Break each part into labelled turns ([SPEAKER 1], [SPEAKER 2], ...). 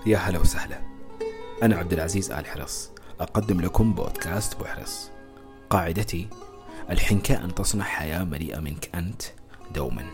[SPEAKER 1] يا هلا وسهلا. أنا عبد العزيز آل حرص، أقدم لكم بودكاست بوحرص. قاعدتي: الحنكة أن تصنع حياة مليئة منك أنت دوما.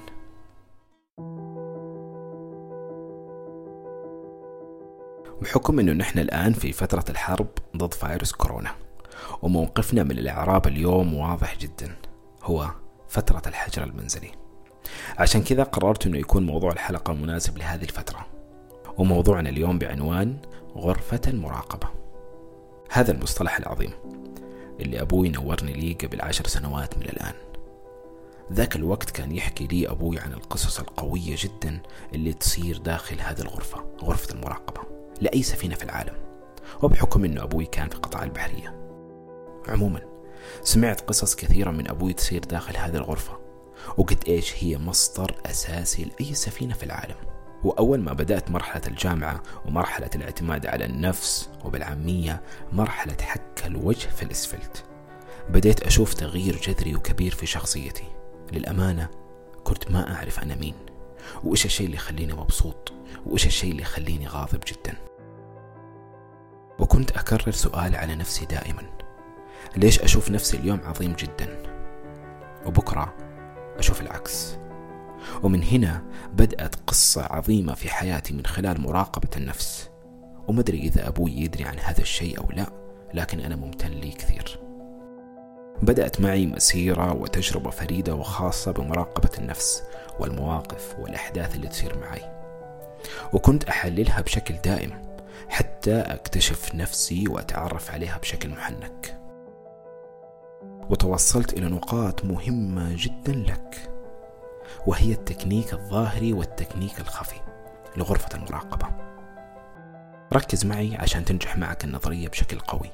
[SPEAKER 1] بحكم أنه نحن الآن في فترة الحرب ضد فيروس كورونا، وموقفنا من الإعراب اليوم واضح جدا، هو فترة الحجر المنزلي. عشان كذا قررت أنه يكون موضوع الحلقة مناسب لهذه الفترة، وموضوعنا اليوم بعنوان غرفة المراقبة. هذا المصطلح العظيم اللي أبوي نورني لي قبل 10 سنوات من الآن. ذاك الوقت كان يحكي لي أبوي عن القصص القوية جدا اللي تصير داخل هذه الغرفة، غرفة المراقبة، لأي سفينة في العالم. وبحكم أنه أبوي كان في قطاع البحرية عموما، سمعت قصص كثيرة من أبوي تصير داخل هذه الغرفة، وقد إيش هي مصدر أساسي لأي سفينة في العالم. وأول ما بدأت مرحلة الجامعة ومرحلة الاعتماد على النفس، وبالعامية مرحلة حك الوجه في الإسفلت، بديت أشوف تغيير جذري وكبير في شخصيتي. للأمانة كنت ما أعرف أنا مين، وإيش الشيء اللي يخليني مبسوط، وإيش الشيء اللي يخليني غاضب جدا. وكنت أكرر سؤال على نفسي دائما: ليش أشوف نفسي اليوم عظيم جدا وبكرة أشوف العكس؟ ومن هنا بدأت قصة عظيمة في حياتي من خلال مراقبة النفس. ومدري إذا أبوي يدري عن هذا الشيء أو لا، لكن أنا ممتن لي كثير. بدأت معي مسيرة وتجربة فريدة وخاصة بمراقبة النفس والمواقف والأحداث اللي تصير معي، وكنت أحللها بشكل دائم حتى أكتشف نفسي وأتعرف عليها بشكل محنك. وتوصلت إلى نقاط مهمة جدا لك، وهي التكنيك الظاهري والتكنيك الخفي لغرفة المراقبة. ركز معي عشان تنجح معك النظرية بشكل قوي.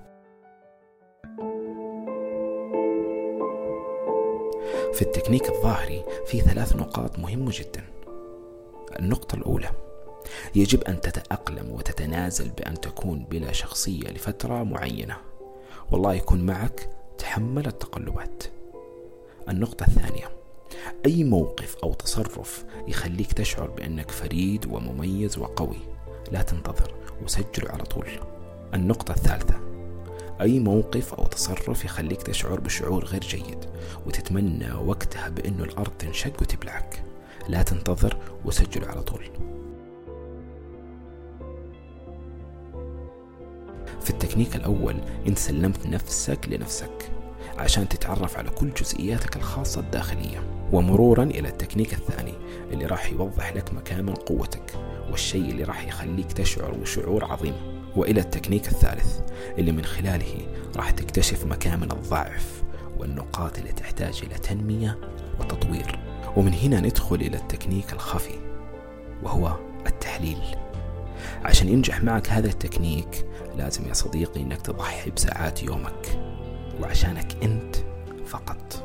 [SPEAKER 1] في التكنيك الظاهري في 3 نقاط مهمة جدا. النقطة الأولى: يجب أن تتأقلم وتتنازل بأن تكون بلا شخصية لفترة معينة، والله يكون معك، تحمل التقلبات. النقطة الثانية: أي موقف أو تصرف يخليك تشعر بأنك فريد ومميز وقوي، لا تنتظر وسجله على طول. النقطة الثالثة: أي موقف أو تصرف يخليك تشعر بشعور غير جيد وتتمنى وقتها بأنه الأرض تنشق وتبلعك، لا تنتظر وسجله على طول. في التكنيك الأول أنت سلمت نفسك لنفسك عشان تتعرف على كل جزئياتك الخاصة الداخلية. ومرورا إلى التكنيك الثاني اللي راح يوضح لك مكامن قوتك والشيء اللي راح يخليك تشعر بشعور عظيم، وإلى التكنيك الثالث اللي من خلاله راح تكتشف مكامن الضعف والنقاط اللي تحتاج إلى تنمية وتطوير. ومن هنا ندخل إلى التكنيك الخفي، وهو التحليل. عشان ينجح معك هذا التكنيك لازم يا صديقي إنك تضحي بساعات يومك، وعشانك أنت فقط.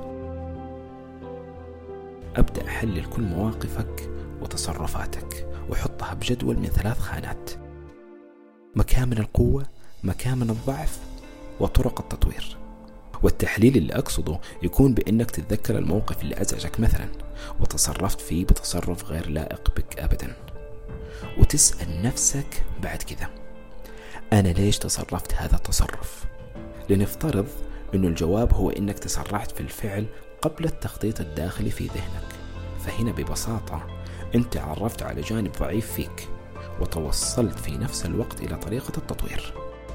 [SPEAKER 1] أبدأ أحلل كل مواقفك وتصرفاتك وحطها بجدول من 3 خانات: مكامن القوة، مكامن الضعف، وطرق التطوير. والتحليل اللي أقصده يكون بأنك تتذكر الموقف اللي أزعجك مثلا وتصرفت فيه بتصرف غير لائق بك أبدا، وتسأل نفسك بعد كذا: أنا ليش تصرفت هذا التصرف؟ لنفترض أنه الجواب هو أنك تسرعت في الفعل قبل التخطيط الداخلي في ذهنك، فهنا ببساطة أنت عرفت على جانب ضعيف فيك وتوصلت في نفس الوقت إلى طريقة التطوير.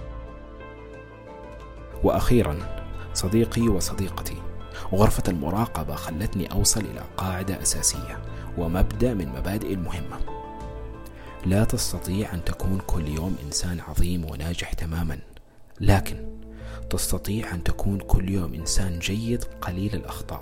[SPEAKER 1] وأخيرا صديقي وصديقتي، غرفة المراقبة خلتني أوصل إلى قاعدة أساسية ومبدأ من مبادئ المهمة: لا تستطيع أن تكون كل يوم إنسان عظيم وناجح تماما، لكن تستطيع أن تكون كل يوم إنسان جيد قليل الأخطاء.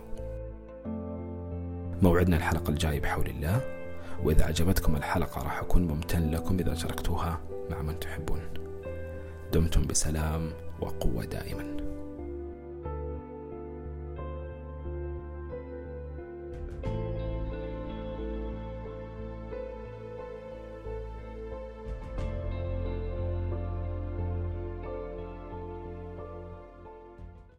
[SPEAKER 1] موعدنا الحلقة الجاية بحول الله، وإذا عجبتكم الحلقة راح أكون ممتن لكم إذا شاركتوها مع من تحبون. دمتم بسلام وقوة دائما.